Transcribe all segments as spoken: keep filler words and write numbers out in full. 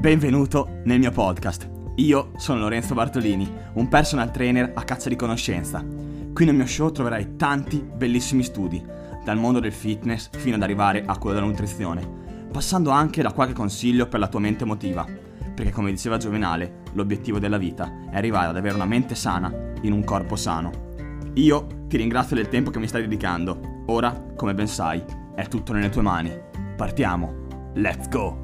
Benvenuto nel mio podcast. Io sono Lorenzo Bartolini, un personal trainer a caccia di conoscenza. Qui nel mio show troverai tanti bellissimi studi, dal mondo del fitness fino ad arrivare a quello della nutrizione, passando anche da qualche consiglio per la tua mente emotiva, perché come diceva Giovenale, l'obiettivo della vita è arrivare ad avere una mente sana in un corpo sano. Io ti ringrazio del tempo che mi stai dedicando. Ora, come ben sai, è tutto nelle tue mani. Partiamo. Let's go!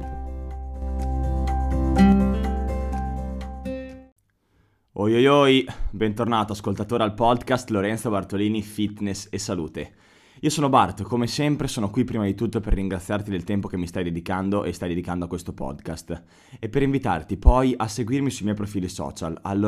Oi oi oi, bentornato ascoltatore al podcast Lorenzo Bartolini Fitness e Salute. Io sono Bart, come sempre sono qui prima di tutto per ringraziarti del tempo che mi stai dedicando e stai dedicando a questo podcast e per invitarti poi a seguirmi sui miei profili social a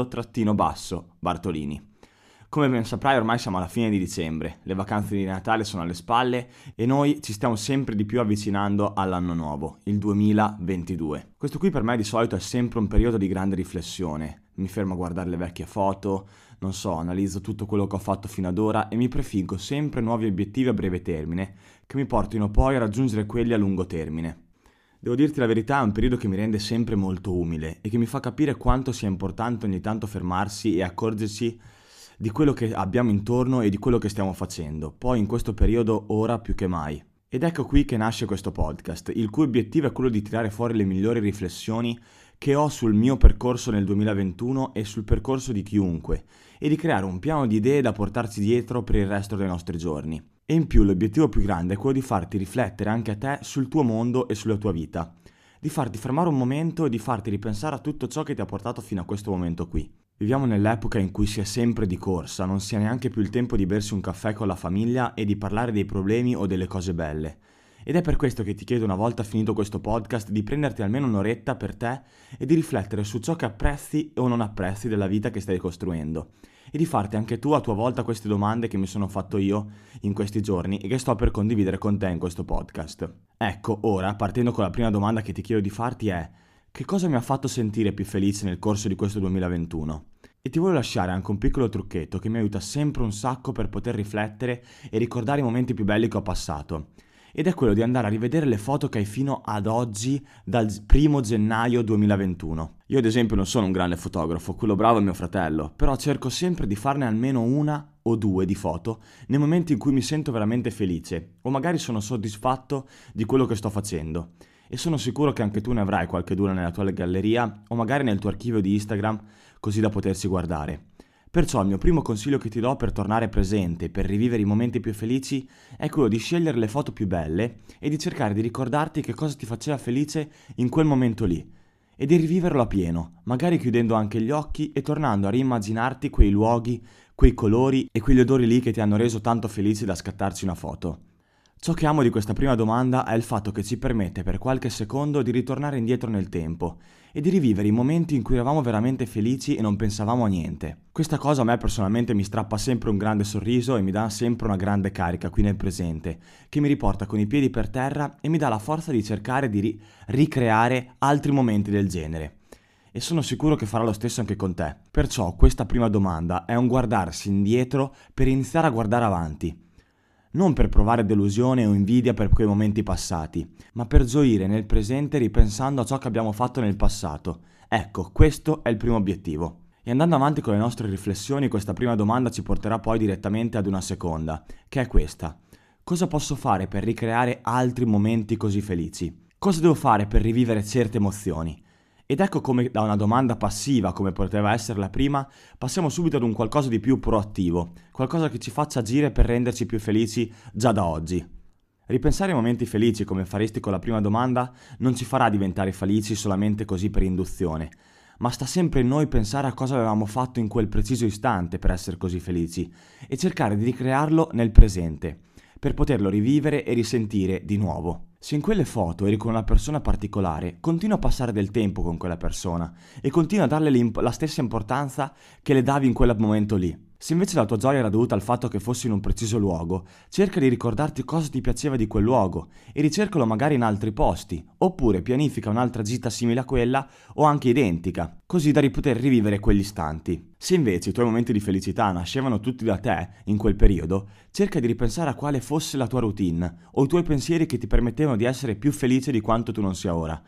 Lorenzo-Bartolini. Come ben saprai ormai siamo alla fine di dicembre, le vacanze di Natale sono alle spalle e noi ci stiamo sempre di più avvicinando all'anno nuovo, il duemilaventidue. Questo qui per me di solito è sempre un periodo di grande riflessione, mi fermo a guardare le vecchie foto, non so, analizzo tutto quello che ho fatto fino ad ora e mi prefiggo sempre nuovi obiettivi a breve termine che mi portino poi a raggiungere quelli a lungo termine. Devo dirti la verità, è un periodo che mi rende sempre molto umile e che mi fa capire quanto sia importante ogni tanto fermarsi e accorgersi di quello che abbiamo intorno e di quello che stiamo facendo, poi in questo periodo ora più che mai. Ed ecco qui che nasce questo podcast, il cui obiettivo è quello di tirare fuori le migliori riflessioni che ho sul mio percorso nel duemilaventuno e sul percorso di chiunque, e di creare un piano di idee da portarci dietro per il resto dei nostri giorni. E in più l'obiettivo più grande è quello di farti riflettere anche a te sul tuo mondo e sulla tua vita, di farti fermare un momento e di farti ripensare a tutto ciò che ti ha portato fino a questo momento qui. Viviamo nell'epoca in cui si è sempre di corsa, non si ha neanche più il tempo di bersi un caffè con la famiglia e di parlare dei problemi o delle cose belle. Ed è per questo che ti chiedo, una volta finito questo podcast, di prenderti almeno un'oretta per te e di riflettere su ciò che apprezzi o non apprezzi della vita che stai costruendo. E di farti anche tu a tua volta queste domande che mi sono fatto io in questi giorni e che sto per condividere con te in questo podcast. Ecco, ora, partendo con la prima domanda che ti chiedo di farti è: che cosa mi ha fatto sentire più felice nel corso di questo duemilaventuno? E ti voglio lasciare anche un piccolo trucchetto che mi aiuta sempre un sacco per poter riflettere e ricordare i momenti più belli che ho passato. Ed è quello di andare a rivedere le foto che hai fino ad oggi dal primo gennaio duemilaventuno. Io ad esempio non sono un grande fotografo, quello bravo è mio fratello, però cerco sempre di farne almeno una o due di foto nei momenti in cui mi sento veramente felice o magari sono soddisfatto di quello che sto facendo. E sono sicuro che anche tu ne avrai qualcheduna nella tua galleria o magari nel tuo archivio di Instagram, così da potersi guardare. Perciò il mio primo consiglio che ti do per tornare presente, per rivivere i momenti più felici, è quello di scegliere le foto più belle e di cercare di ricordarti che cosa ti faceva felice in quel momento lì e di riviverlo a pieno, magari chiudendo anche gli occhi e tornando a riimmaginarti quei luoghi, quei colori e quegli odori lì che ti hanno reso tanto felice da scattarci una foto. Ciò che amo di questa prima domanda è il fatto che ci permette per qualche secondo di ritornare indietro nel tempo e di rivivere i momenti in cui eravamo veramente felici e non pensavamo a niente. Questa cosa a me personalmente mi strappa sempre un grande sorriso e mi dà sempre una grande carica qui nel presente, che mi riporta con i piedi per terra e mi dà la forza di cercare di ri- ricreare altri momenti del genere. E sono sicuro che farà lo stesso anche con te. Perciò questa prima domanda è un guardarsi indietro per iniziare a guardare avanti. Non per provare delusione o invidia per quei momenti passati, ma per gioire nel presente ripensando a ciò che abbiamo fatto nel passato. Ecco, questo è il primo obiettivo. E andando avanti con le nostre riflessioni, questa prima domanda ci porterà poi direttamente ad una seconda, che è questa: cosa posso fare per ricreare altri momenti così felici? Cosa devo fare per rivivere certe emozioni? Ed ecco come da una domanda passiva, come poteva essere la prima, passiamo subito ad un qualcosa di più proattivo, qualcosa che ci faccia agire per renderci più felici già da oggi. Ripensare ai momenti felici, come faresti con la prima domanda, non ci farà diventare felici solamente così per induzione, ma sta sempre in noi pensare a cosa avevamo fatto in quel preciso istante per essere così felici e cercare di ricrearlo nel presente, per poterlo rivivere e risentire di nuovo. Se in quelle foto eri con una persona particolare, continua a passare del tempo con quella persona e continua a darle la stessa importanza che le davi in quel momento lì. Se invece la tua gioia era dovuta al fatto che fossi in un preciso luogo, cerca di ricordarti cosa ti piaceva di quel luogo e ricercalo magari in altri posti, oppure pianifica un'altra gita simile a quella o anche identica, così da poter rivivere quegli istanti. Se invece i tuoi momenti di felicità nascevano tutti da te in quel periodo, cerca di ripensare a quale fosse la tua routine o i tuoi pensieri che ti permettevano di essere più felice di quanto tu non sia ora.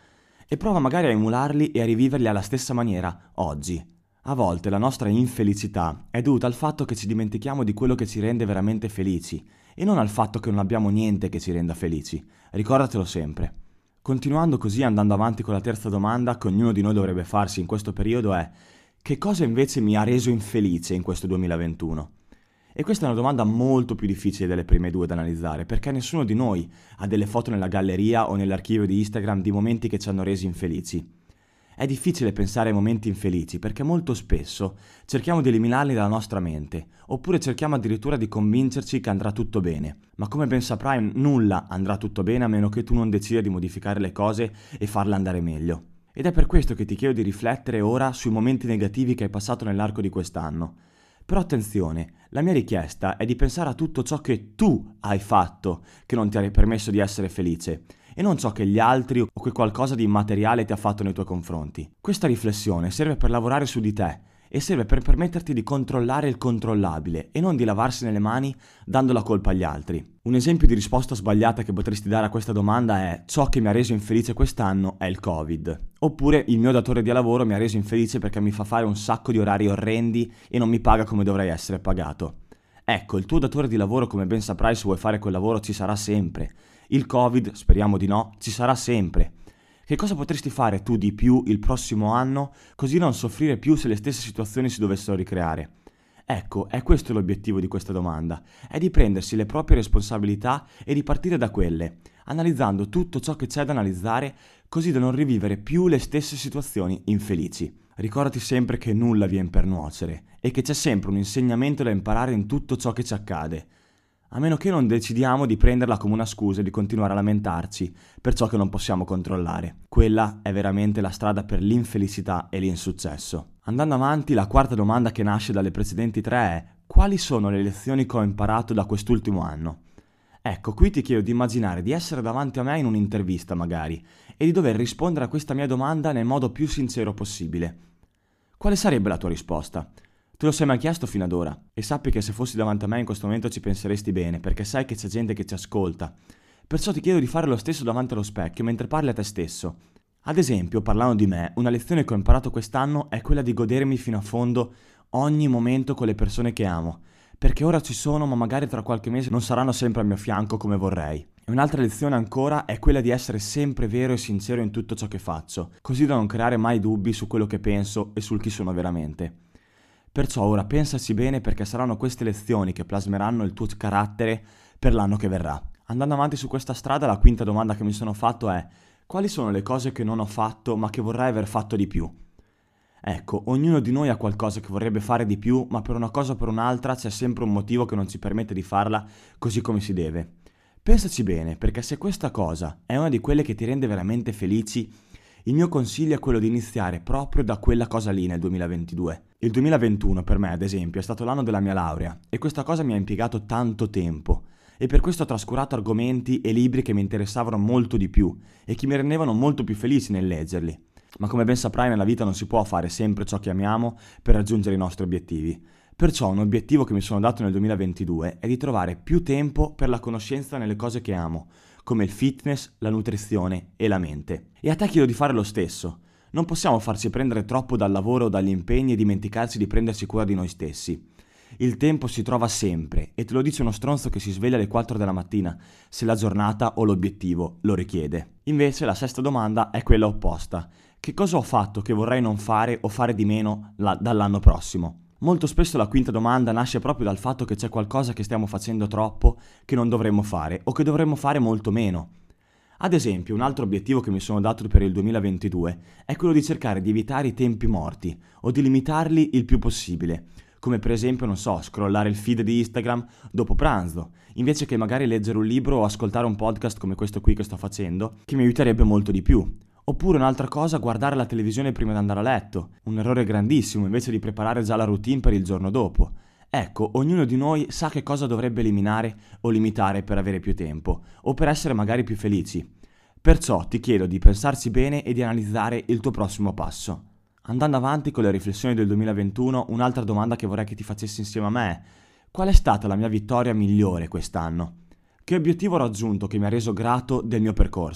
e prova magari a emularli e a riviverli alla stessa maniera oggi. A volte la nostra infelicità è dovuta al fatto che ci dimentichiamo di quello che ci rende veramente felici e non al fatto che non abbiamo niente che ci renda felici. Ricordatelo sempre. Continuando così, andando avanti con la terza domanda che ognuno di noi dovrebbe farsi in questo periodo è: che cosa invece mi ha reso infelice in questo duemilaventuno? E questa è una domanda molto più difficile delle prime due da analizzare, perché nessuno di noi ha delle foto nella galleria o nell'archivio di Instagram di momenti che ci hanno resi infelici. È difficile pensare ai momenti infelici perché molto spesso cerchiamo di eliminarli dalla nostra mente, oppure cerchiamo addirittura di convincerci che andrà tutto bene. Ma come ben saprai, nulla andrà tutto bene a meno che tu non decida di modificare le cose e farle andare meglio. Ed è per questo che ti chiedo di riflettere ora sui momenti negativi che hai passato nell'arco di quest'anno. Però attenzione, la mia richiesta è di pensare a tutto ciò che tu hai fatto che non ti ha permesso di essere felice, e non ciò che gli altri o che qualcosa di immateriale ti ha fatto nei tuoi confronti. Questa riflessione serve per lavorare su di te e serve per permetterti di controllare il controllabile e non di lavarsene le mani dando la colpa agli altri. Un esempio di risposta sbagliata che potresti dare a questa domanda è: ciò che mi ha reso infelice quest'anno è il Covid. Oppure: il mio datore di lavoro mi ha reso infelice perché mi fa fare un sacco di orari orrendi e non mi paga come dovrei essere pagato. Ecco, il tuo datore di lavoro, come ben saprai, se vuoi fare quel lavoro ci sarà sempre. Il Covid, speriamo di no, ci sarà sempre. Che cosa potresti fare tu di più il prossimo anno, così non soffrire più se le stesse situazioni si dovessero ricreare? Ecco, è questo l'obiettivo di questa domanda, è di prendersi le proprie responsabilità e di partire da quelle, analizzando tutto ciò che c'è da analizzare, così da non rivivere più le stesse situazioni infelici. Ricordati sempre che nulla viene per nuocere e che c'è sempre un insegnamento da imparare in tutto ciò che ci accade. A meno che non decidiamo di prenderla come una scusa e di continuare a lamentarci per ciò che non possiamo controllare. Quella è veramente la strada per l'infelicità e l'insuccesso. Andando avanti, la quarta domanda che nasce dalle precedenti tre è: quali sono le lezioni che ho imparato da quest'ultimo anno? Ecco, qui ti chiedo di immaginare di essere davanti a me in un'intervista magari e di dover rispondere a questa mia domanda nel modo più sincero possibile. Quale sarebbe la tua risposta? Te lo sei mai chiesto fino ad ora? E sappi che se fossi davanti a me in questo momento ci penseresti bene, perché sai che c'è gente che ci ascolta. Perciò ti chiedo di fare lo stesso davanti allo specchio mentre parli a te stesso. Ad esempio, parlando di me, una lezione che ho imparato quest'anno è quella di godermi fino a fondo ogni momento con le persone che amo, perché ora ci sono, ma magari tra qualche mese non saranno sempre al mio fianco come vorrei. E un'altra lezione ancora è quella di essere sempre vero e sincero in tutto ciò che faccio, così da non creare mai dubbi su quello che penso e sul chi sono veramente. Perciò ora pensaci bene, perché saranno queste lezioni che plasmeranno il tuo carattere per l'anno che verrà. Andando avanti su questa strada, la quinta domanda che mi sono fatto è: quali sono le cose che non ho fatto ma che vorrei aver fatto di più? Ecco, ognuno di noi ha qualcosa che vorrebbe fare di più, ma per una cosa o per un'altra c'è sempre un motivo che non ci permette di farla così come si deve. Pensaci bene, perché se questa cosa è una di quelle che ti rende veramente felici, il mio consiglio è quello di iniziare proprio da quella cosa lì nel duemilaventidue. Il duemilaventuno per me, ad esempio, è stato l'anno della mia laurea e questa cosa mi ha impiegato tanto tempo e per questo ho trascurato argomenti e libri che mi interessavano molto di più e che mi rendevano molto più felici nel leggerli. Ma come ben saprai, nella vita non si può fare sempre ciò che amiamo per raggiungere i nostri obiettivi. Perciò un obiettivo che mi sono dato nel duemilaventidue è di trovare più tempo per la conoscenza nelle cose che amo, come il fitness, la nutrizione e la mente. E a te chiedo di fare lo stesso. Non possiamo farci prendere troppo dal lavoro o dagli impegni e dimenticarci di prendersi cura di noi stessi. Il tempo si trova sempre e te lo dice uno stronzo che si sveglia alle quattro della mattina, se la giornata o l'obiettivo lo richiede. Invece la sesta domanda è quella opposta. Che cosa ho fatto che vorrei non fare o fare di meno la- dall'anno prossimo? Molto spesso la quinta domanda nasce proprio dal fatto che c'è qualcosa che stiamo facendo troppo che non dovremmo fare o che dovremmo fare molto meno. Ad esempio, un altro obiettivo che mi sono dato per il duemilaventidue è quello di cercare di evitare i tempi morti o di limitarli il più possibile, come per esempio, non so, scrollare il feed di Instagram dopo pranzo, invece che magari leggere un libro o ascoltare un podcast come questo qui che sto facendo, che mi aiuterebbe molto di più. Oppure un'altra cosa, guardare la televisione prima di andare a letto, un errore grandissimo invece di preparare già la routine per il giorno dopo. Ecco, ognuno di noi sa che cosa dovrebbe eliminare o limitare per avere più tempo, o per essere magari più felici. Perciò ti chiedo di pensarci bene e di analizzare il tuo prossimo passo. Andando avanti con le riflessioni del duemilaventuno, un'altra domanda che vorrei che ti facessi insieme a me è: qual è stata la mia vittoria migliore quest'anno? Che obiettivo ho raggiunto che mi ha reso grato del mio percorso?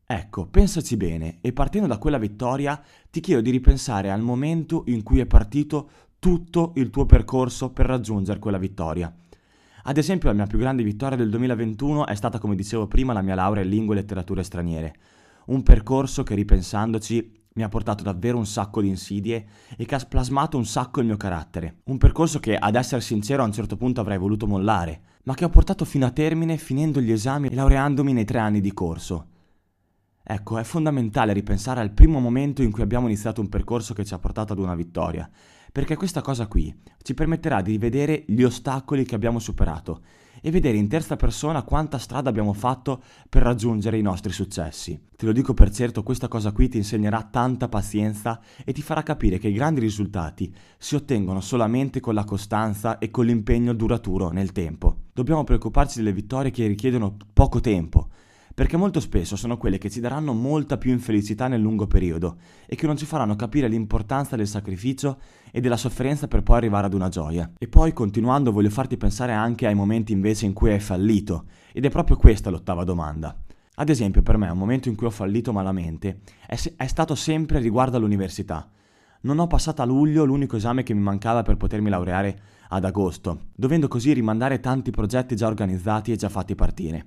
Ecco, pensaci bene e partendo da quella vittoria ti chiedo di ripensare al momento in cui è partito tutto il tuo percorso per raggiungere quella vittoria. Ad esempio, la mia più grande vittoria del duemilaventuno è stata, come dicevo prima, la mia laurea in lingue e letterature straniere. Un percorso che, ripensandoci, mi ha portato davvero un sacco di insidie e che ha plasmato un sacco il mio carattere. Un percorso che, ad essere sincero, a un certo punto avrei voluto mollare, ma che ho portato fino a termine finendo gli esami e laureandomi nei tre anni di corso. Ecco, è fondamentale ripensare al primo momento in cui abbiamo iniziato un percorso che ci ha portato ad una vittoria, perché questa cosa qui ci permetterà di rivedere gli ostacoli che abbiamo superato e vedere in terza persona quanta strada abbiamo fatto per raggiungere i nostri successi. Te lo dico per certo, questa cosa qui ti insegnerà tanta pazienza e ti farà capire che i grandi risultati si ottengono solamente con la costanza e con l'impegno duraturo nel tempo. Dobbiamo preoccuparci delle vittorie che richiedono poco tempo, perché molto spesso sono quelle che ci daranno molta più infelicità nel lungo periodo e che non ci faranno capire l'importanza del sacrificio e della sofferenza per poi arrivare ad una gioia. E poi, continuando, voglio farti pensare anche ai momenti invece in cui hai fallito, ed è proprio questa l'ottava domanda. Ad esempio, per me un momento in cui ho fallito malamente è, se- è stato sempre riguardo all'università. Non ho passato a luglio l'unico esame che mi mancava per potermi laureare ad agosto, dovendo così rimandare tanti progetti già organizzati e già fatti partire.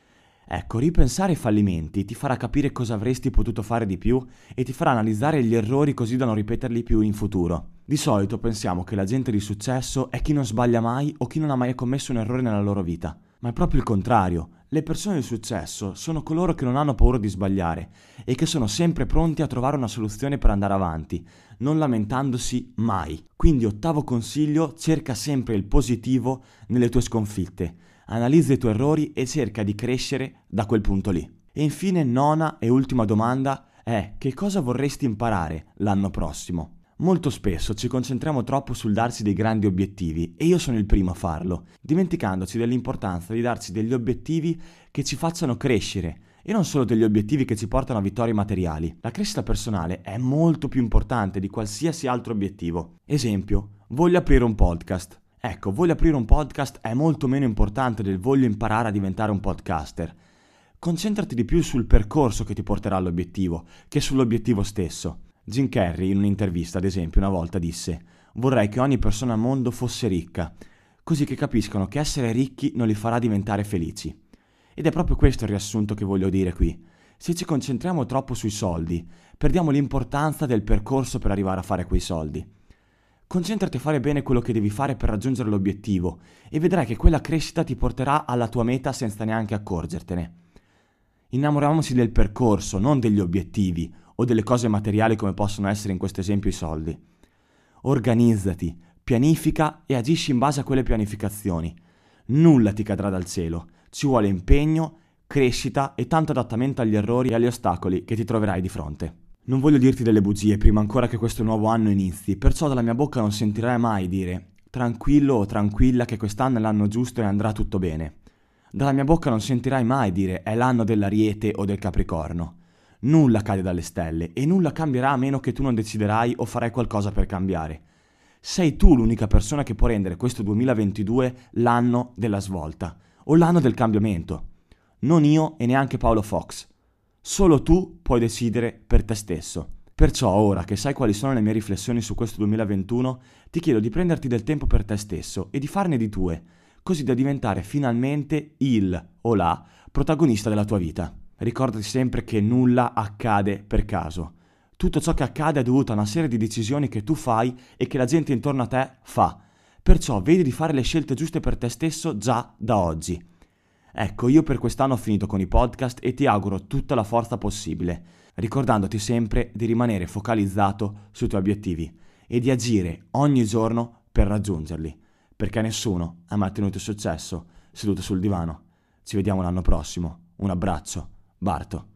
Ecco, ripensare ai fallimenti ti farà capire cosa avresti potuto fare di più e ti farà analizzare gli errori così da non ripeterli più in futuro. Di solito pensiamo che la gente di successo è chi non sbaglia mai o chi non ha mai commesso un errore nella loro vita, ma è proprio il contrario. Le persone di successo sono coloro che non hanno paura di sbagliare e che sono sempre pronti a trovare una soluzione per andare avanti, non lamentandosi mai. Quindi, ottavo consiglio, cerca sempre il positivo nelle tue sconfitte. Analizza i tuoi errori e cerca di crescere da quel punto lì. E infine, nona e ultima domanda è: che cosa vorresti imparare l'anno prossimo? Molto spesso ci concentriamo troppo sul darsi dei grandi obiettivi e io sono il primo a farlo, dimenticandoci dell'importanza di darci degli obiettivi che ci facciano crescere e non solo degli obiettivi che ci portano a vittorie materiali. La crescita personale è molto più importante di qualsiasi altro obiettivo. Esempio, voglio aprire un podcast. Ecco, voglio aprire un podcast è molto meno importante del voglio imparare a diventare un podcaster. Concentrati di più sul percorso che ti porterà all'obiettivo, che sull'obiettivo stesso. Jim Carrey, in un'intervista, ad esempio, una volta disse: «Vorrei che ogni persona al mondo fosse ricca, così che capiscono che essere ricchi non li farà diventare felici». Ed è proprio questo il riassunto che voglio dire qui. Se ci concentriamo troppo sui soldi, perdiamo l'importanza del percorso per arrivare a fare quei soldi. Concentrati a fare bene quello che devi fare per raggiungere l'obiettivo e vedrai che quella crescita ti porterà alla tua meta senza neanche accorgertene. Innamoriamoci del percorso, non degli obiettivi o delle cose materiali come possono essere in questo esempio i soldi. Organizzati, pianifica e agisci in base a quelle pianificazioni. Nulla ti cadrà dal cielo, ci vuole impegno, crescita e tanto adattamento agli errori e agli ostacoli che ti troverai di fronte. Non voglio dirti delle bugie prima ancora che questo nuovo anno inizi, perciò dalla mia bocca non sentirai mai dire tranquillo o tranquilla che quest'anno è l'anno giusto e andrà tutto bene. Dalla mia bocca non sentirai mai dire è l'anno dell'Ariete o del Capricorno. Nulla cade dalle stelle e nulla cambierà a meno che tu non deciderai o farai qualcosa per cambiare. Sei tu l'unica persona che può rendere questo duemilaventidue l'anno della svolta o l'anno del cambiamento. Non io e neanche Paolo Fox. Solo tu puoi decidere per te stesso. Perciò ora che sai quali sono le mie riflessioni su questo duemilaventuno, ti chiedo di prenderti del tempo per te stesso e di farne di tue, così da diventare finalmente il o la protagonista della tua vita. Ricordati sempre che nulla accade per caso. Tutto ciò che accade è dovuto a una serie di decisioni che tu fai e che la gente intorno a te fa. Perciò vedi di fare le scelte giuste per te stesso già da oggi. Ecco, io per quest'anno ho finito con i podcast e ti auguro tutta la forza possibile, ricordandoti sempre di rimanere focalizzato sui tuoi obiettivi e di agire ogni giorno per raggiungerli, perché nessuno ha mantenuto il successo seduto sul divano. Ci vediamo l'anno prossimo. Un abbraccio, Barto.